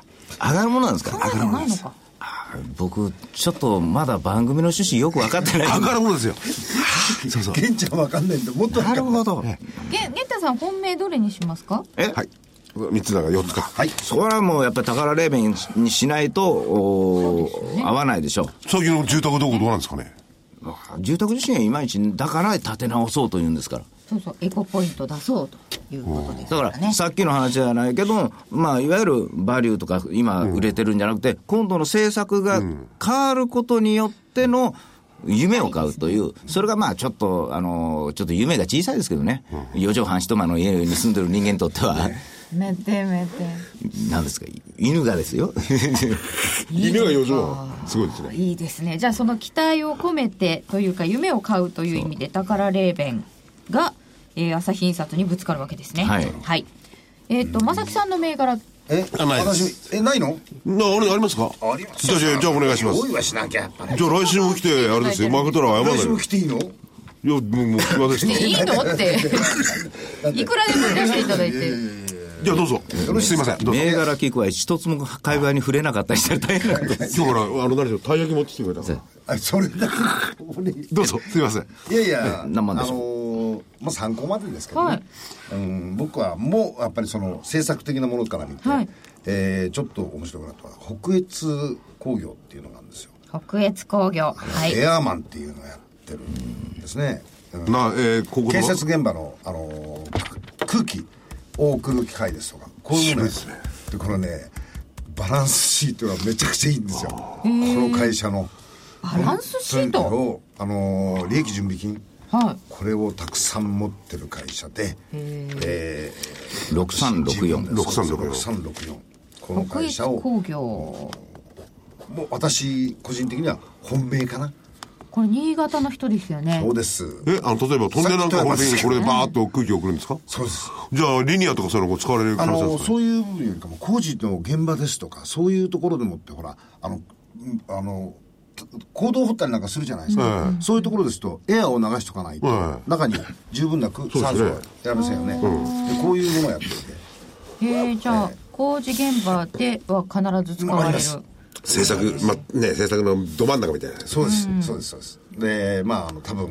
上がるものなんですか。 上がるものですか。 僕ちょっとまだ番組の趣旨よく分かってない上がるものですよそうそう、玄ちゃん分かんないんでもっと分かんない。 なるほど。 玄太さん本命どれにしますか。 え、はい、みっつだからよっつか。 はい、それはもうやっぱり宝レーベンにしないと、ね、合わないでしょう。 最近の住宅どこどうなんですかね。 住宅自身はいまいちだから立て直そうというんですから。 そうそう、エコポイント出そうということですからね。 だからさっきの話じゃないけど、まあ、いわゆるバリューとか今売れてるんじゃなくて、うん、今度の政策が変わることによっての夢を買うという、それがまあちょっとあのちょっと夢が小さいですけどね、うん、四畳半一間の家に住んでる人間にとってはめてめてなんですか、犬がですよ犬が四畳半すごいですね。 いいですね。じゃあその期待を込めてというか夢を買うという意味で宝レーベンが、えー、朝日印刷にぶつかるわけですね。はい、はい、えっ、ー、と正木さんの銘柄えあない私えないのな。あれありますか。 あります。 じゃあじゃあじゃあお願いします。 用意はしなきゃやっぱり。 じゃあ来週も来てあれですよ、負けたら謝らない。 来週も来ていいの。 いやもうもうすいませんいいのっていくらでも出していただいて。 じゃあどうぞ。すいません。 銘柄聞くは一つも会話に触れなかったりしたら大変なことです。 今日からあの何でしょう、たい焼き持ってきてくれたから。 あ、それだけどうぞすいません。 いやいや、 何万でしょう。 あのー、まあ参考までですけどね、 はい、 うん、僕はもうやっぱりその政策的なものから見て、はい、えー、ちょっと面白くなったのは北越工業っていうのがあるんですよ。 北越工業、はい、 エアーマンっていうのをやってるんですね。 うん、な、えー、ここ建設現場の、あのー、空気を送る機械ですとか、こういうものですね。でこのねバランスシートがめちゃくちゃいいんですよ。この会社のバランスシートを、あのー、利益準備金、はい、これをたくさん持ってる会社で、えー、ろくさんろくよんろくさんろくよんこの会社を工業もう私個人的には本命かな。 これ新潟の人ですよね。 そうです。 え、あの例えば飛んでなんかこれでこれでバーッと空気を送るんですか。 そうです。 じゃあリニアとかそういうのを使われる可能性ですか。 あのそういう部分よりかも工事の現場ですとかそういうところでもってほらあのあの坑道掘ったりなんかするじゃないですか、うん、そういうところですとエアを流しとかないと、うん、中に十分な酸素がやりませんよね、うん、でこういうものをやっていて、 へえ、じゃあ、えー、工事現場では必ず使われる、まあ、 政策、まあね、政策のど真ん中みたいな。 そうです、うん、そうですそうですで、まあ、あの多分、うん、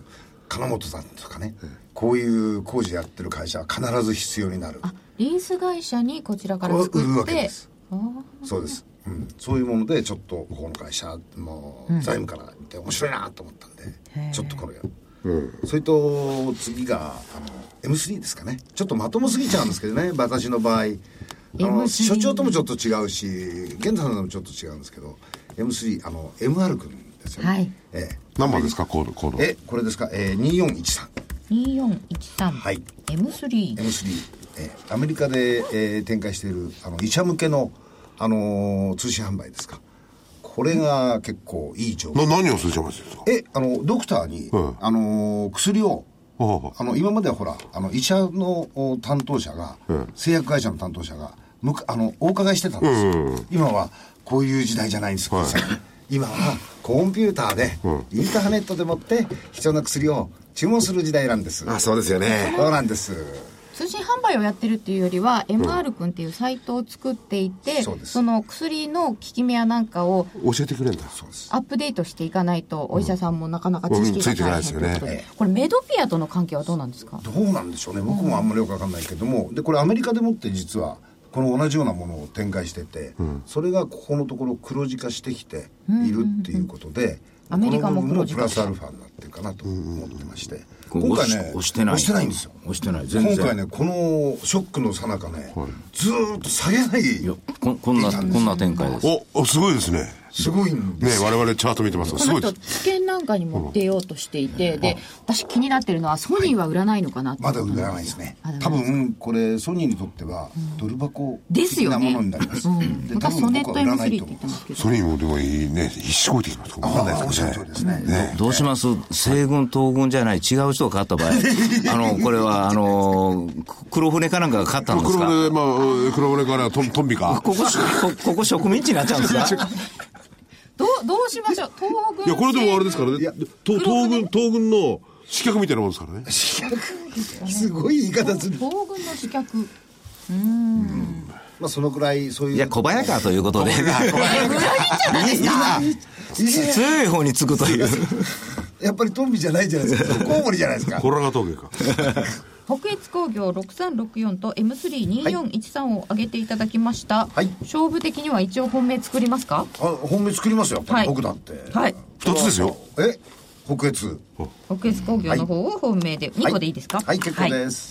金本さんとかね、うん、こういう工事やってる会社は必ず必要になる。 あ、リース会社にこちらから作って売るわけです。そうです、うん、そういうものでちょっとここの会社も財務から見て面白いなと思ったんで、うん、ちょっとこれやる、うん、それと次があの エムスリー ですかね。ちょっとまともすぎちゃうんですけどね私の場合あの所長ともちょっと違うし玄太さんともちょっと違うんですけど エムスリー あの エムアール 君ですよね、はい、えー、 何番ですかコードコード。 えこれですか、えー、にーよんいちさんにーよんいちさん、はい、エムスリーエムスリー、えー、アメリカで、えー、展開しているあの医者向けのあのー、通信販売ですか。これが結構いい情報。 何をするじゃないですか。 え、あのドクターに、うん、あのー、薬を、うん、あの今まではほらあの医者の担当者が、うん、製薬会社の担当者がむあのお伺いしてたんですよ、うんうん、今はこういう時代じゃないんですよ、はい、今はコンピューターで、うん、インターネットでもって必要な薬を注文する時代なんです。 あ、そうですよね。 そうなんです。 通信販売をやってるっていうよりは、うん、エムアール 君っていうサイトを作っていて、うん、その薬の効き目やなんかを教えてくれるんだ。 アップデートしていかないと、お医者さんもなかなか知識がないということで、うんうん、ついてないですよね。これメドピアとの関係はどうなんですか？ どうなんでしょうね。僕もあんまりよくわかんないけども、うん、でこれアメリカでもって実はこの同じようなものを展開してて、うん、それがここのところ黒字化してきているっていうことで、うんうんうん、 アメリカも黒字化プラスアルファになってるかなと思ってまして、うんうん、今回ね押してない押してないんですよ。 押してない全然。 今回ねこのショックの最中ね、はい、ずーっと下げない。いやこ, こんなこんな展開です。 おおすごいですね。 すごいんですね。我々チャート見てますがすごいです。 この後治験なんかにも出ようとしていて、うん、で私気になってるのはソニーは売らないのかなって、 はい、まだ売らないですね。多分これソニーにとってはドル箱的なものになります。 うん、ですよね。で多分僕は売らないと思う。 ソニーもでもいいね。必死こいてきます。分かんないですけどね。 ですね。ねどうします？西軍東軍じゃない違う人が買った場合、あのこれはあの黒船かなんかが買ったんですか？ 黒船、まあ黒船からトントンビか。 こここここ植民地になっちゃうんですか？ どう、どうしましょう。東軍。 いや、これでもあれですからね。東軍、東軍の刺客みたいなもんですからね。 刺客すごい言い方する。 東軍の刺客。うーん。 まあ、そのくらい、そういう。 いや、小早川ということで。 裏切っちゃないですか？ 強い方につくという。 やっぱりトンビじゃないじゃないですか。コウモリじゃないですか。 コラガ峠か。 北越工業ろくさんろくよんと エムスリーにーよんいちさん を上げていただきました、はい、勝負的には一応本命作りますか？ あ、本命作りますよ、やっぱり、はい、僕だってはいふたつですよ。 え北越北越工業の方を本命で、はい、にこでいいですか？ はい、はい、結構です、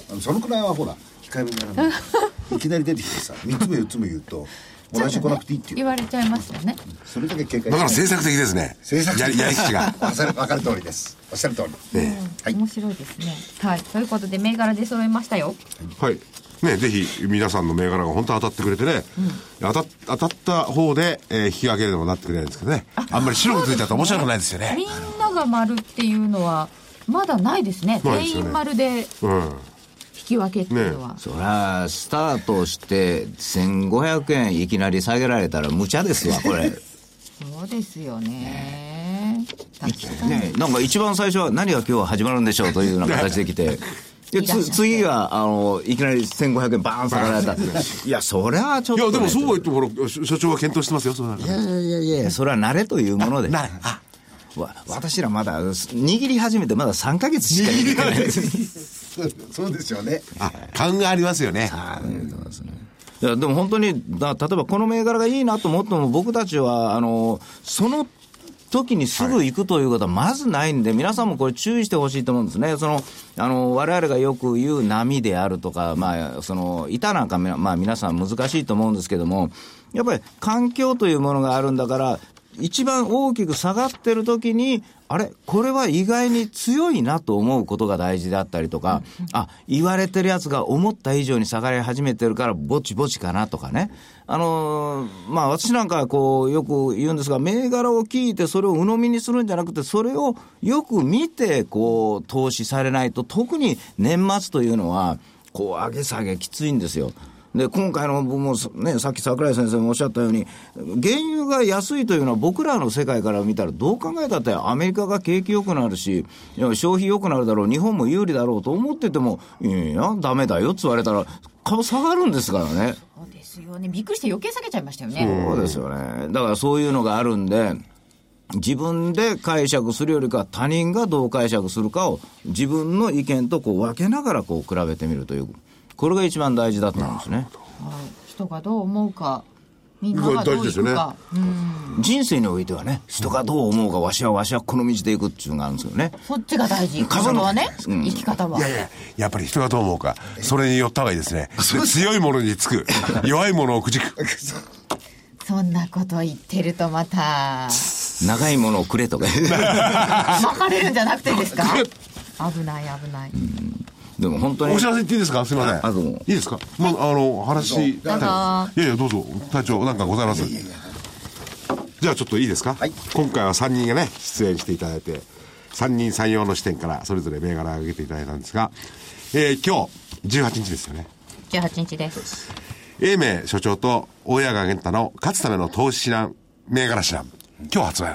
はい、そのくらいはほら控えめにならないいきなり出てきてさみっつもよっつも言うと同じ来なくていいっていう、 言われちゃいますよね。 それだけ警戒して。 だから政策的ですね。 政策的やり口が分かる通りです。おっしゃる通り、 ね、はい、面白いですね。はい、ということで銘柄で揃えましたよ。 はいね、ぜひ皆さんの銘柄が本当当たってくれてね、うん、当, た当たった方で、えー、引き分けでもなってくれないんですけどね。 あ, あんまり白くついちゃうと面白くないですよね。 みんなが丸っていうのはまだないですね。全員丸で、うん、引き分けっていうのは、ね、 そりゃスタートしてせんごひゃくえんいきなり下げられたら無茶ですわこれそうですよね。確かにね。なんか一番最初は何が今日は始まるんでしょうというような形で来てでつ次はあのいきなりせんごひゃくえんバーン下がられたいやそりゃちょっと、ね、 いやでもそうは言ってもほら所長は検討してますよ。そうなんかいやいやいやいやそれは慣れというものでああわ私らまだ握り始めてまださんかげつしか握ってないですそうですよね。 あ勘がありますよね。 あそうですね。いやでも本当にだ例えばこの銘柄がいいなと思っても僕たちはあのその時にすぐ行くということはまずないんで、はい、皆さんもこれ注意してほしいと思うんですね。そのあの我々がよく言う波であるとか、まあ、その板なんか、まあ、皆さん難しいと思うんですけどもやっぱり環境というものがあるんだから一番大きく下がってる時にあれこれは意外に強いなと思うことが大事だったりとか、うん、あ言われてるやつが思った以上に下がり始めてるからぼちぼちかなとかね。あのー、まあ私なんかこうよく言うんですが銘柄を聞いてそれを鵜呑みにするんじゃなくてそれをよく見てこう投資されないと特に年末というのはこう上げ下げきついんですよ。で今回の僕も、ね、さっき櫻井先生もおっしゃったように原油が安いというのは僕らの世界から見たらどう考えたってアメリカが景気良くなるし消費良くなるだろう日本も有利だろうと思っててもいやダメだよって言われたら株下がるんですからね。 そうですよね。びっくりして余計下げちゃいましたよね。 そうですよね。だからそういうのがあるんで自分で解釈するよりか他人がどう解釈するかを自分の意見とこう分けながらこう比べてみるというこれが一番大事だと思うんですね。 はい、人がどう思うかみんながどういくか、ね、 うん人生においてはね人がどう思うかわしはわしはこの道でいくっていうのがあるんですよね。 そっちが大事。株のはね、うん、生き方は。 いやいややっぱり人がどう思うかそれによった方がいいですね。強いものにつく弱いものをくじくそんなこと言ってるとまた長いものをくれとか巻かれるんじゃなくてですか危ない危ない、うんでも本当にお知らせ言っていいですか。すみません。 あどうもいいですか。まあ、あの話どうぞ。 いやいやどうぞ隊長なんかございます。いやいやじゃあちょっといいですか、はい、今回はさんにんがね出演していただいてさんにんさんようの視点からそれぞれ銘柄を挙げていただいたんですが、えー、今日じゅうはちにちですよね。 じゅうはちにちです。 英明所長と大谷川源太の勝つための投資指南銘柄指南今日発売なんですよ。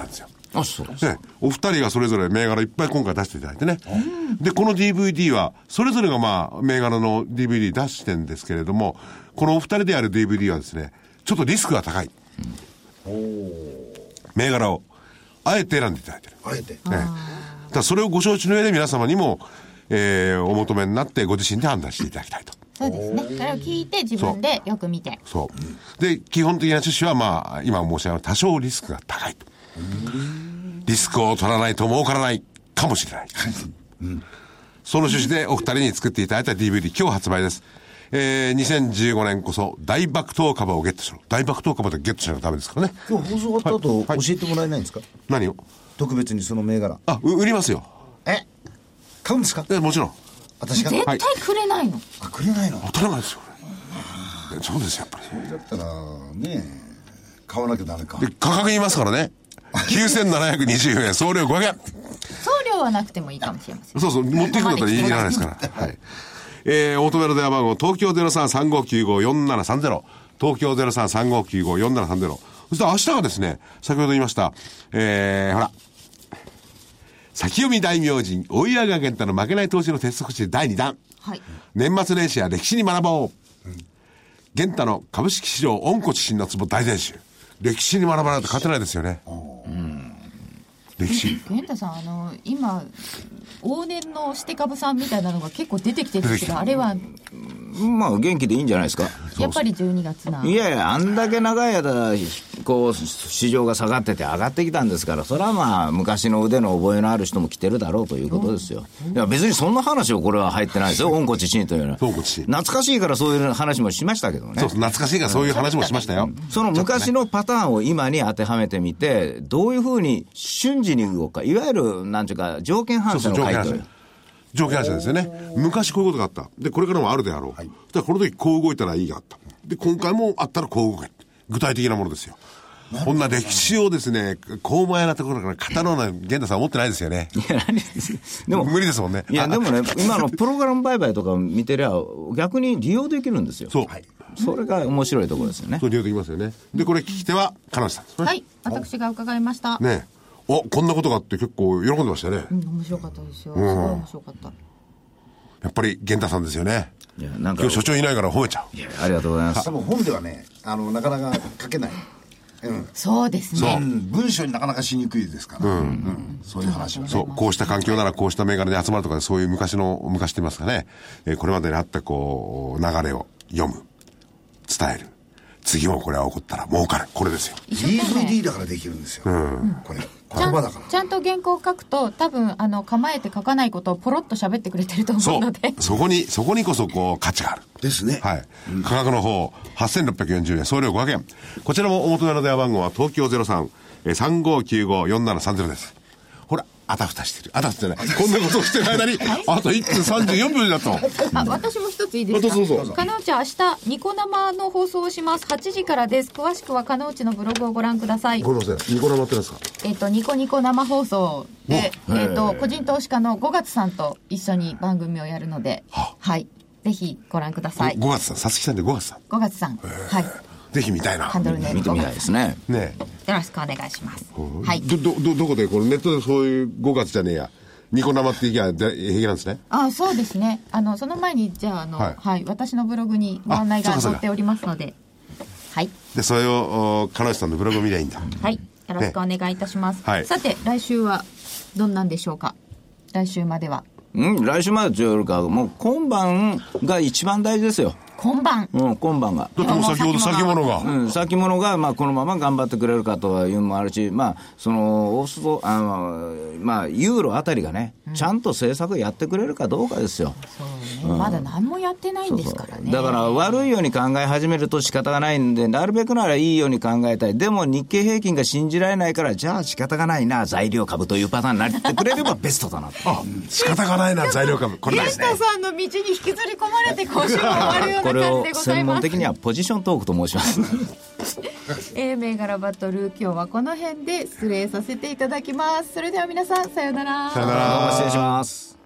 あ、そうですね。お二人がそれぞれ銘柄いっぱい今回出していただいてね。で、この ディーブイディー は、それぞれがまあ、銘柄の ディーブイディー 出してるんですけれども、このお二人でやる ディーブイディー はですね、ちょっとリスクが高い。うん、銘柄を、あえて選んでいただいてる。 あえて。ね。 だからそれをご承知の上で皆様にも、えー、お求めになってご自身で判断していただきたいと。 そうですね。それを聞いて自分でよく見て。 そう。そうで、基本的な趣旨はまあ、今申し上げた多少リスクが高いと。リスクを取らないと儲からないかもしれない。うん、その趣旨でお二人に作っていただいた ディーブイディー 今日発売です。えー、にせんじゅうごねんこそ大爆投株をゲットしろ。大爆投株でゲットしないとダメですからね。 今日放送終わった後、はい、教えてもらえないんですか？ 何を？ 特別にその銘柄。 あ、売りますよ。 え？買うんですか？ え、もちろん。 私が絶対くれないの。 はい、あ、くれないの？ 当たらないですよ。そうですよ、やっぱり。 それだったらね、買わなきゃダメか。 で、価格言いますからね。きゅうせんななひゃくにじゅうえん、送料ごひゃくえん。 送料はなくてもいいかもしれません。 そうそう、持っていくんだったらいいじゃないですから。はい。えー、オートメの電話番号、東京 ゼロさんさんごきゅうごよんななさんゼロ。東京 ゼロさんさんごきゅうごよんななさんゼロ。そして明日がですね、先ほど言いました、えー、ほら、先読み大明神、大岩川源太の負けない投資の鉄則集だいにだん。はい。年末年始は歴史に学ぼう。うん、源太の株式市場温故知新のツボ大全集。歴史に学ばないと勝てないですよね。うん、歴史。 源太さん、あの、今、往年のして株さんみたいなのが結構出てきてるんですけど、あれはまあ元気でいいんじゃないですか。 やっぱりじゅうにがつな。 いやいや、あんだけ長い間こう市場が下がってて上がってきたんですから、それはまあ昔の腕の覚えのある人も来てるだろうということですよ。いや別にそんな話をこれは入ってないですよ。温故知新というのは懐かしいからそういう話もしましたけどね。 そう懐かしいからそういう話もしましたよ。 その昔のパターンを今に当てはめてみて、どういうふうに瞬時に動くか、いわゆるなんていうか条件反射の回答。 条件反射ですよね。昔こういうことがあった。で、これからもあるであろう。はい、だこの時こう動いたらいいがあった。で、今回もあったらこう動け。具体的なものですよ。こんな歴史をですね、高前なところから語ろうな源太さん思ってないですよね。いや、何ですでも無理ですもんね。 いや、でもね、今のプログラム売買とか見てりゃ、逆に利用できるんですよ。 そう。 それが面白いところですよね。 そう、利用できますよね。で、これ聞き手は、金内さんですね。 はい、私が伺いました。 ねえ。お、こんなことがあって結構喜んでましたよね。 うん、面白かったですよ。すごい面白かった。 やっぱり源太さんですよね。 いや、なんか今日所長いないから褒めちゃう。 いや、ありがとうございます。 多分本ではね、あのなかなか書けない。 うん、そうですね。 そう、うん、文章になかなかしにくいですから。うんうん、そういう話はね。 そう、こうした環境ならこうした銘柄に集まるとか、そういう昔の昔って言いますかね、えー、これまでにあったこう流れを読む、伝える。次もこれは起こったら儲かる。これですよ。 ディーブイディー だからできるんですよ、うん、これ言葉だから。 ちゃんと原稿を書くと多分あの構えて書かないことをポロッと喋ってくれてると思うので、 そ, そこにそこにこそこう価値があるですね。 はい、うん、価格の方はっせんろっぴゃくよんじゅうえん、送料ごひゃくえん。こちらもお求めの電話番号は東京 ゼロさんさんごきゅうごよんななさんゼロ です。ほら、あたふたしてる。あたふたじゃない。こんなことをしてる間に、あといっぷんさんじゅうよんびょうだと。 あ、私も一ついいですか。 どうぞどうぞ。 金内明日、ニコ生の放送をします。はちじからです。詳しくは金内のブログをご覧ください。 ごめんなさい。ニコ生ってなんですか。 えっ、ー、と、ニコニコ生放送で、えっ、ー、と、個人投資家のごがつさんと一緒に番組をやるので、は, はい。ぜひご覧ください。 ごがつさん、さつきさんでごがつさん。 ごがつさん。はい。 ぜひ見たいな。 ハンドルネーム見てみたいですね。 ね。 よろしくお願いします。はい。 ど、ど、ど、どこで、このネットでそういうごがつじゃねえや。ニコ生っていきゃ平気なんですね。 ああ、そうですね。あの、その前に、じゃあ、あの、はい、はい。私のブログにご案内が載っておりますので。はい。 で、それを、金内さんのブログを見りゃいいんだ。 はい。よろしくお願いいたします。ね、はい。さて、来週は、どんなんでしょうか。来週までは。 うん、来週までというよりか、もう今晩が一番大事ですよ。 今晩、 うん、今晩が。 だってもう先ほど先物が、 うん、先物がまあこのまま頑張ってくれるかというのもあるし、まあそのオーストあのまあユーロあたりがね、うん、ちゃんと政策やってくれるかどうかですよ。 そうね、うん、まだ何もやってないんですからね。 そうそうだから悪いように考え始めると仕方がないんで、なるべくならいいように考えたい。でも日経平均が信じられないから、じゃあ仕方がないな材料株というパターンになってくれればベストだな。 あ、仕方がないな材料株。これですね。 源太さんの道に引きずり込まれて今週も終わるような感じでございます。 専門的にはポジショントークと申しますえー、銘柄バトル今日はこの辺で失礼させていただきます。それでは皆さんさようなら。 さようなら。 失礼します。